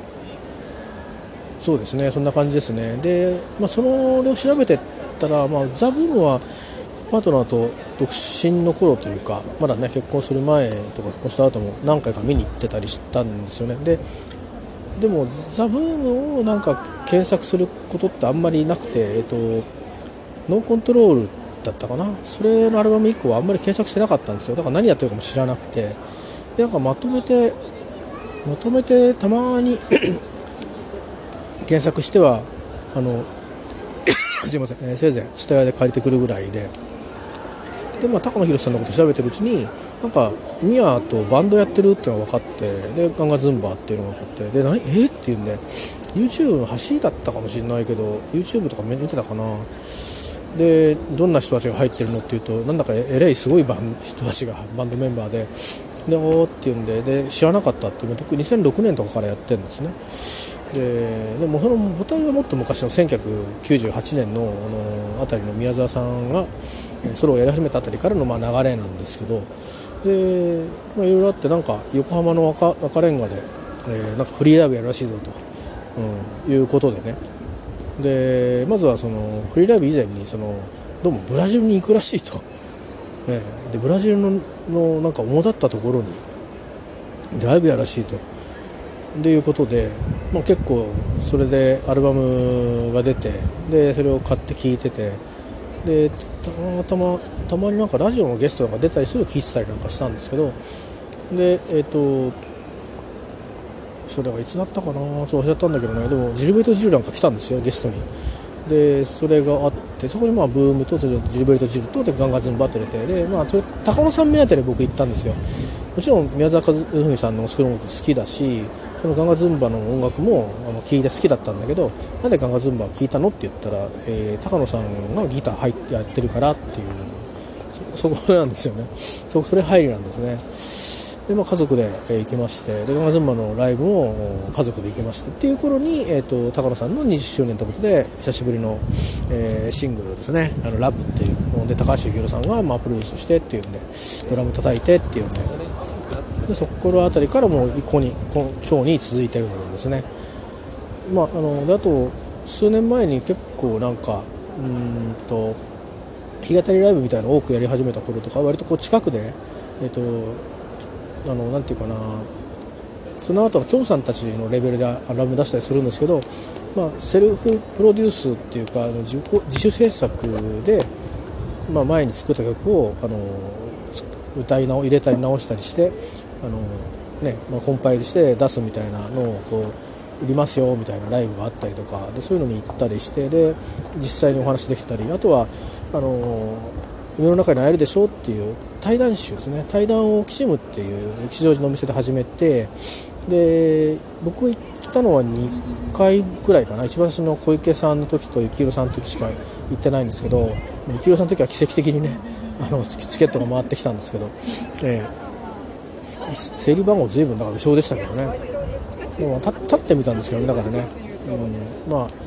そうですねそんな感じですね。で、まあ、そのれを調べてったら、まあ、ザ・ブームはパートナーと独身の頃というかまだね結婚する前とか結婚した後も何回か見に行ってたりしたんですよね。ででもザ・ブームをなんか検索することってあんまりなくて、えっとノーコントロールだったかな、それのアルバム以降はあんまり検索してなかったんですよ。だから何やってるかも知らなくて、でなんかまとめてまとめてたまに検索してはあのすいません、えー、せいぜいツタヤで借りてくるぐらいで、で、まあ、高野宏さんのこと調べてるうちになんかミヤとバンドやってるっていうのが分かって、でガンガズンバーっていうのが分かって、で何えー、っていうんで YouTube の走りだったかもしれないけど YouTube とか見てたかな。でどんな人たちが入ってるのっていうとなんだかえらいすごいバン人たちがバンドメンバーで、でおーっていうんで、で知らなかったっていうにせんろくねんとかからやってるんですね。ででもその母体はもっと昔のせんきゅうひゃくきゅうじゅうはちねんのあのあたりの宮沢さんがソロをやり始めたあたりからのまあ流れなんですけど、で、まあ、いろいろあってなんか横浜の 赤, 赤レンガで、えー、なんかフリーライブやるらしいぞと、うん、いうことでね、でまずはそのフリーライブ以前にそのどうもブラジルに行くらしいと、えー、でブラジル の, のなんか主だったところにライブやらしいとということで、まあ、結構それでアルバムが出て、でそれを買って聴いてて、でたまたまたまになんかラジオのゲストが出たりする聴いてたりなんかしたんですけど、でえっ、ー、とそれはいつだったかなちょっと忘れちゃったんだけどね、でもジルベルト・ジルなんか来たんですよゲストに。でそれがあってそこにまあブームとジルベルト・ジルとでガンガズンバッと出て、で、まあ、それ高野さん目当てで僕行ったんですよ。もちろん宮沢和文さんの作る音楽好きだし、そのガンガズンバの音楽も聴いて好きだったんだけど、なんでガンガズンバを聴いたのって言ったら、えー、高野さんがギター入ってやってるからっていう そ, そこなんですよね。 そ, それ入りなんですね。で、まあ、家族で、えー、行きまして、でガンガズンバのライブも家族で行きましてっていう頃に、えー、と高野さんのにじゅっしゅうねんということで久しぶりの、えー、シングルですね、あのラブっていうので高橋幸宏さんが、まあ、プロデュースしてっていうんでドラム叩いてっていうんで、でそこらあたりからもうここに今日に続いてるんですね。まあ、あのであと数年前に結構なんかうーんと弾き語りライブみたいなのを多くやり始めた頃とか割とこう近くでえっ、ー、とあのなんていうかな、その後のきょんさんたちのレベルでアルバム出したりするんですけど、まあ、セルフプロデュースっていうか自自主制作で、まあ、前に作った曲をあの歌い直入れたり直したりしてあの、ねまあ、コンパイルして出すみたいなのをこう売りますよみたいなライブがあったりとかで、そういうのに行ったりして、で実際にお話できたり、あとはあの世の中に会えるでしょうっていう対談集ですね、対談をきしむっていう吉祥寺のお店で始めて、で僕行ったのはにかいぐらいかな。一番最初の小池さんの時と幸宏さんの時しか行ってないんですけど、幸宏さんの時は奇跡的にねあのチケットが回ってきたんですけど、えー、整理番号随分だから後ろでしたけどね、もう立ってみたんですけどね、だからね、うん、まあ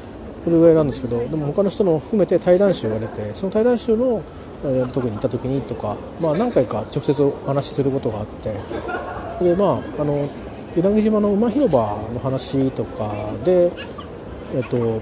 それぐらいなんですけど、でも他の人も含めて対談集が出て、その対談集の、えー、特に行った時にとか、まあ、何回か直接お話しすることがあって、でまああの与那国島の馬広場の話とかで、えっと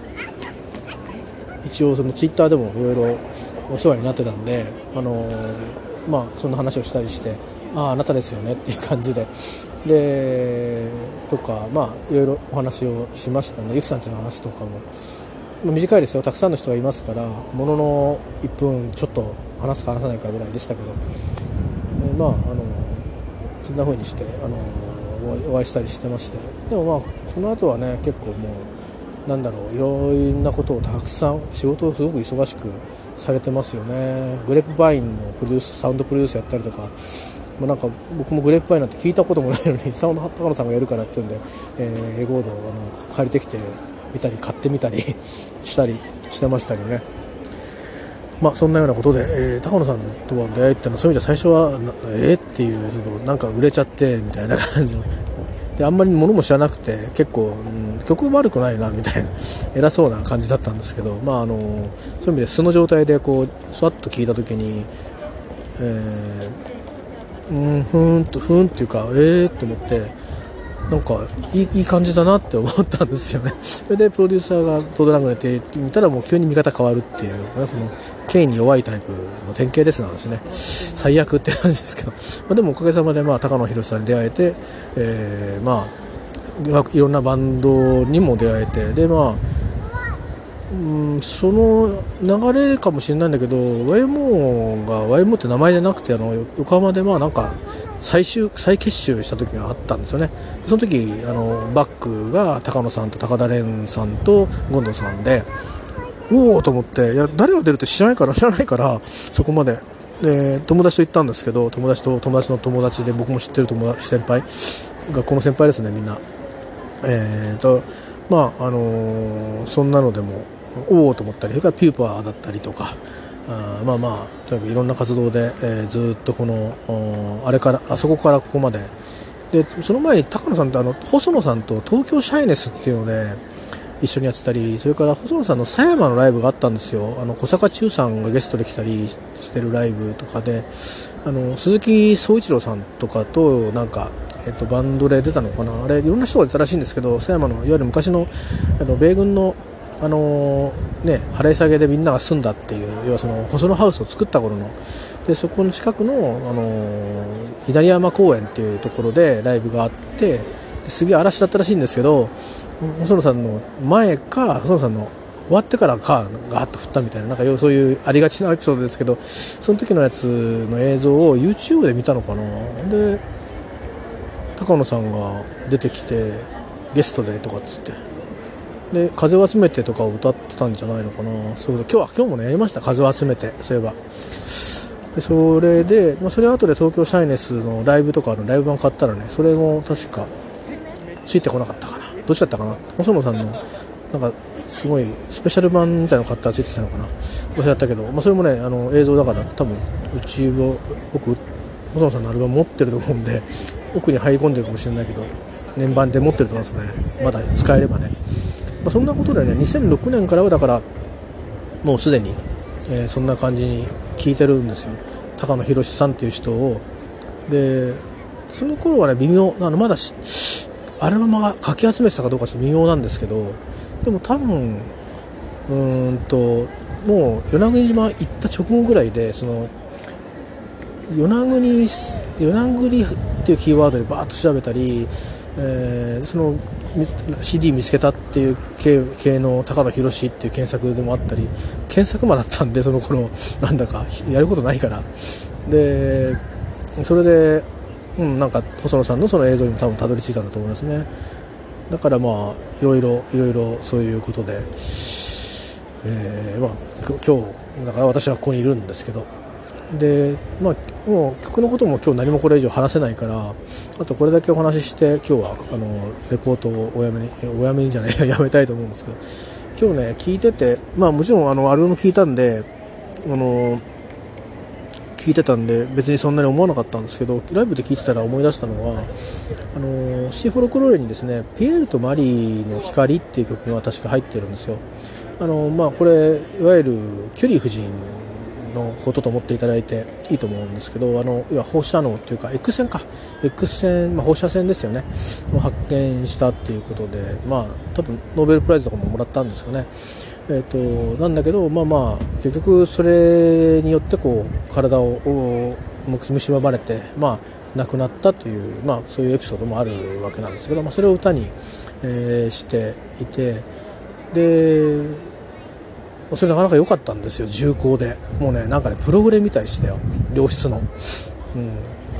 一応そのツイッターでもいろいろお世話になってたんで、あのー、まあそんな話をしたりして、あああなたですよねっていう感じで、でとかまあいろいろお話をしましたね。ゆきさんちの話とかも、まあ、短いですよ。たくさんの人がいますから、もののいっぷんちょっと話すか話さないかぐらいでしたけど、えー、まああのそんな風にしてあのお会いしたりしてまして、でもまあその後はね結構もうなんだろう、いろんなことをたくさん仕事をすごく忙しくされてますよね。グレープバインのプロデュースサウンドプロデュースやったりとか、もうなんか僕もグレープバインなんて聞いたこともないのにサウンド高野さんがやるからっていうんで、えー、エゴードをあの借りてきてみたり買ってみたりしたりしてましたけどね。まあそんなようなことで、えー、高野さんとは出会いってのはそういう意味では最初はえー、っていうちょっとなんか売れちゃってみたいな感じので、あんまり物も知らなくて結構、うん、曲悪くないなみたいな偉そうな感じだったんですけど、まああのそういう意味で素の状態でこうスワッと聞いた時に、えー、うんふーんとふーんっていうかえーって思って、なんかいい、いい感じだなって思ったんですよね。それでプロデューサーがトードラングでって見たらもう急に見方変わるっていう、ね、その権威に弱いタイプの典型ですなんですね。最悪って感じですけど、まあ、でもおかげさまでまあ高野宏さんに出会えて、えー、まあいろんなバンドにも出会えて、でまあうん、その流れかもしれないんだけど ワイエムオー が ワイエムオー って名前じゃなくてあの横浜でまあなんか最終再結集した時があったんですよね。その時あのバックが高野さんと高田蓮さんと権藤さんで、おおと思って、いや誰が出るって知らないから知らないからそこまでで友達と行ったんですけど、友達と友達の友達で僕も知ってる友達先輩がこの先輩ですねみんな。えーとまああのー、そんなのでもおおと思ったり、それからピューパーだったりとか、あまあまあとにかくいろんな活動で、えー、ずっとこのあれからあそこからここまでで、その前に高野さんってあの細野さんと東京シャイネスっていうので一緒にやってたり、それから細野さんの狭山のライブがあったんですよ。あの小坂忠さんがゲストで来たりしてるライブとかで、あの鈴木総一郎さんとかとなんかえっとバンドで出たのかな、あれいろんな人が出たらしいんですけど、狭山のいわゆる昔のあの米軍のあのー、ね、晴れ下げでみんなが住んだっていう、要はその細野ハウスを作った頃ので、そこの近くの、あのー、稲荷山公園っていうところでライブがあって、すげえ嵐だったらしいんですけど、細野さんの前か細野さんの終わってからかガーッと降ったみたいな、なんかそういうありがちなエピソードですけど、その時のやつの映像を YouTube で見たのかな。で高野さんが出てきてゲストでとかっつってで風を集めてとかを歌ってたんじゃないのかな。そうだ、今日は今日もねやりました、風を集めて。そういえばでそれで、まあ、それ後で東京シャイネスのライブとかのライブ版買ったらね、それも確かついてこなかったかな、どっちだったかな。細野さんのなんかすごいスペシャル版みたいなの買ったらついてきたのかな、忘れちゃったけど、まあ、それもねあの映像だから多分うちを僕細野さんのアルバム持ってると思うんで奥に入り込んでるかもしれないけど、年版で持ってると思いますね、まだ使えればね。まあ、そんなことでねにせんろくねんからはだからもうすでに、えー、そんな感じに聞いてるんですよ、高野宏さんっていう人を。でその頃はね微妙あのまだアルバムがかき集めてたかどうかちょっと微妙なんですけど、でも多分うーんともう与那国島行った直後ぐらいで、その与那国与那国っていうキーワードでバーッと調べたり、えー、その シーディー 見つけたっていう 系, 系の高野宏っていう検索でもあったり、検索魔だったんでその頃なんだかやることないからで、それで、うん、なんか細野さんのその映像にも多分たどり着いたんだと思いますね。だからまあいろいろいろいろそういうことで、えー、まあ今日だから私はここにいるんですけど、でまあもう曲のことも今日何もこれ以上話せないから、あとこれだけお話しして今日はあのレポートをおやめにおやめにじゃないやめたいと思うんですけど、今日ね聞いてて、まあもちろんあのアルバム聞いたんで、あの聞いてたんで別にそんなに思わなかったんですけど、ライブで聞いてたら思い出したのは、あのシーフォルクローレにですね、ピエールとマリーの光っていう曲が確か入ってるんですよ。あのまあこれいわゆるキュリー夫人のことと思っていただいていいと思うんですけど、あの要は放射能というか X 線か X 線、まあ、放射線ですよねを発見したっていうことで、まあ多分ノーベルプライズとかももらったんですかね。えー、となんだけど、まあまあ結局それによってこう体を蝕まれて、まあ亡くなったという、まあそういうエピソードもあるわけなんですけど、まあ、それを歌に、えー、していて、でそれなかなか良かったんですよ。重厚でもうね、なんかねプログレみたいでしたよ、良質の。うん、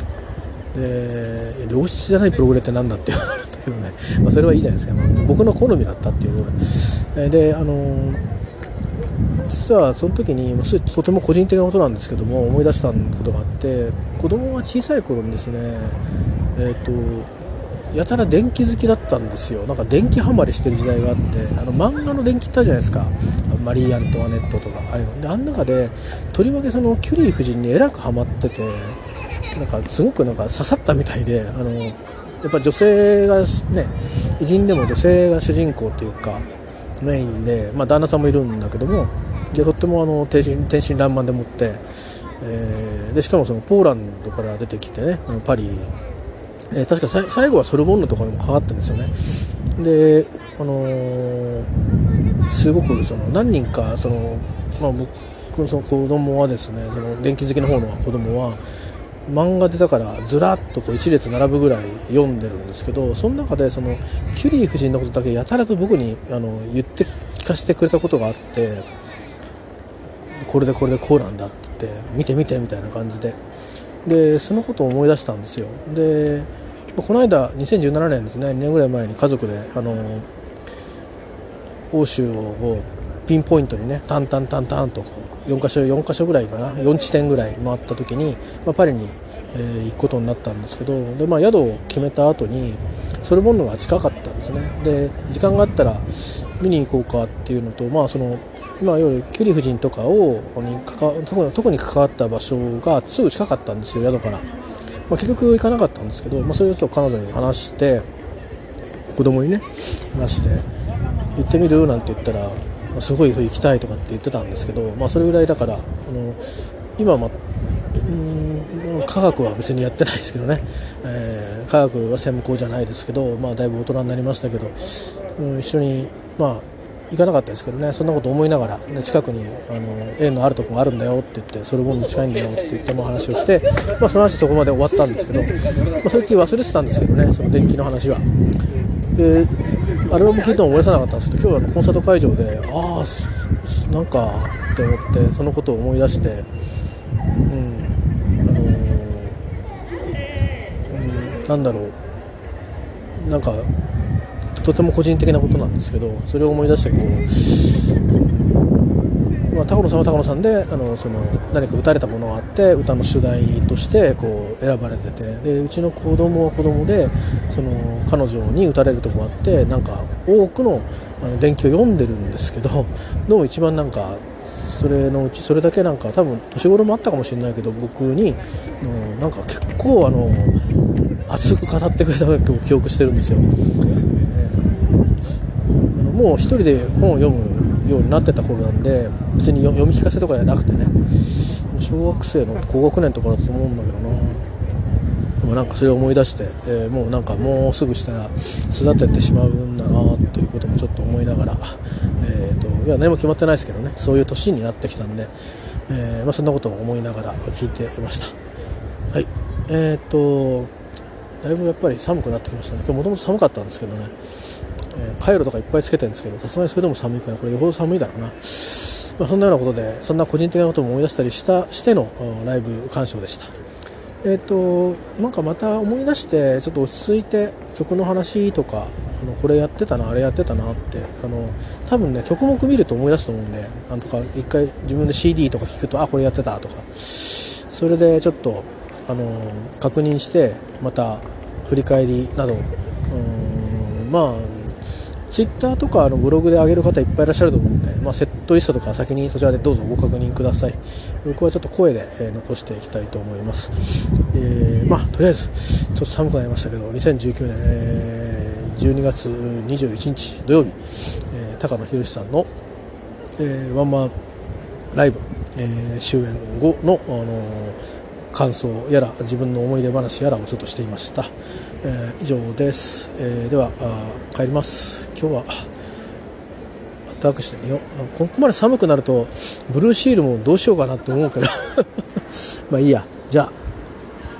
で良質じゃないプログレってなんだって言われたけどね、まあ、それはいいじゃないですか、まあ、僕の好みだったっていうことで、であのー、実はその時にとても個人的なことなんですけども、思い出したことがあって、子供が小さい頃にですね、えっとやたら電気好きだったんですよ。なんか電気ハマりしてる時代があって、あの漫画の電気ってあるじゃないですか、マリー・アントワネットとかああいうので、あん中でとりわけそのキュリー夫人にえらくハマってて、なんかすごくなんか刺さったみたいで、あのやっぱ女性がね、偉人でも女性が主人公というかメインで、まあ、旦那さんもいるんだけども、でとってもあの天真、天真爛漫でもって、えー、でしかもそのポーランドから出てきてね、パリ、えー、確かさ最後はソルボンヌとかにもかかってるんですよね。で、あのー、すごくその何人かその、まあ、僕のその子供はですね、その電気好きの方の子供は漫画でだからずらっとこう一列並ぶぐらい読んでるんですけど、その中でそのキュリー夫人のことだけやたらと僕にあの言って聞かせてくれたことがあって、これでこれでこうなんだって言って見て見てみたいな感じで、でそのことを思い出したんですよ。でこの間にせんじゅうななねんですね、にねんぐらい前に家族であの欧州をピンポイントにね、タンタンタンタンとよんかしょよんかしょぐらいかな、よんちてんぐらい回った時に、まあ、パリに、えー、行くことになったんですけど、で、まあ、宿を決めた後にソルボンヌが近かったんですね。で時間があったら見に行こうかっていうのと、まあそのまあ、いわゆるキュリー夫人とかをに関わ特に関わった場所がすぐ近かったんですよ、宿から。まあ、結局行かなかったんですけど、まあ、それと彼女に話して、子供にね話して行ってみるなんて言ったら、すごい行きたいとかって言ってたんですけど、まあ、それぐらいだから、あの今は、まあ、うーん科学は別にやってないですけどね、えー、科学は専攻じゃないですけど、まあ、だいぶ大人になりましたけど、うん、一緒にまあ行かなかったですけどね、そんなこと思いながら、ね、近くにあの縁のあるとこがあるんだよって言って、それも近いんだよって言っても話をして、まあ、その話そこまで終わったんですけど、まあ、それっきり忘れてたんですけどね、その電気の話は。でアルバム聴いても思い出さなかったんですけど、今日はコンサート会場で、ああなんかって思ってそのことを思い出して、うんあのーうん、なんだろう、なんかとても個人的なことなんですけど、それを思い出してこう、まあ、高野さんは高野さんであのその何か打たれたものがあって歌の主題としてこう選ばれてて、でうちの子供は子供でその彼女に打たれるとこがあって、なんか多くのあの伝記を読んでるんですけど、どうも一番なんかそれのうちそれだけなんか多分年頃もあったかもしれないけど、僕にのなんか結構あの熱く語ってくれたのを記憶してるんですよ。もう一人で本を読むようになってた頃なんで、別に読み聞かせとかじゃなくてね、小学生の高学年とかだと思うんだけどな。でもなんかそれを思い出して、えー、もうなんかもうすぐしたら育ててしまうんだなということもちょっと思いながら、えーと、いや何も決まってないですけどね、そういう年になってきたんで、えーまあ、そんなことも思いながら聞いていました。はい、えーとだいぶやっぱり寒くなってきましたね。今日もともと寒かったんですけどね、えー、カイロとかいっぱいつけてるんですけど、さすがにそれでも寒いから、これよほど寒いだろうな。まあ、そんなようなことで、そんな個人的なことも思い出したりしたしてのライブ鑑賞でした。えっとなんかまた思い出してちょっと落ち着いて曲の話とか、あのこれやってたなあれやってたなって、あの多分ね曲目見ると思い出すと思うんで、なんとか一回自分で シーディー とか聞くと、あこれやってたとか、それでちょっとあの確認してまた振り返りなど、うーんまあツイッターとかあのブログで上げる方いっぱいいらっしゃると思うので、まあ、セットリストとか先にそちらでどうぞご確認ください。僕はちょっと声で、えー、残していきたいと思います。えー、まあとりあえずちょっと寒くなりましたけど、にせんじゅうきゅうねん、えー、じゅうにがつにじゅういちにち土曜日、えー、高野博さんの、えー、ワンマンライブ、えー、終演後の、あのー、感想やら自分の思い出話やらをちょっとしていました。えー、以上です。えー、では帰ります。今日は暖かくして寝よう。ここまで寒くなるとブルーシールもどうしようかなって思うけどまあいいや。じゃあ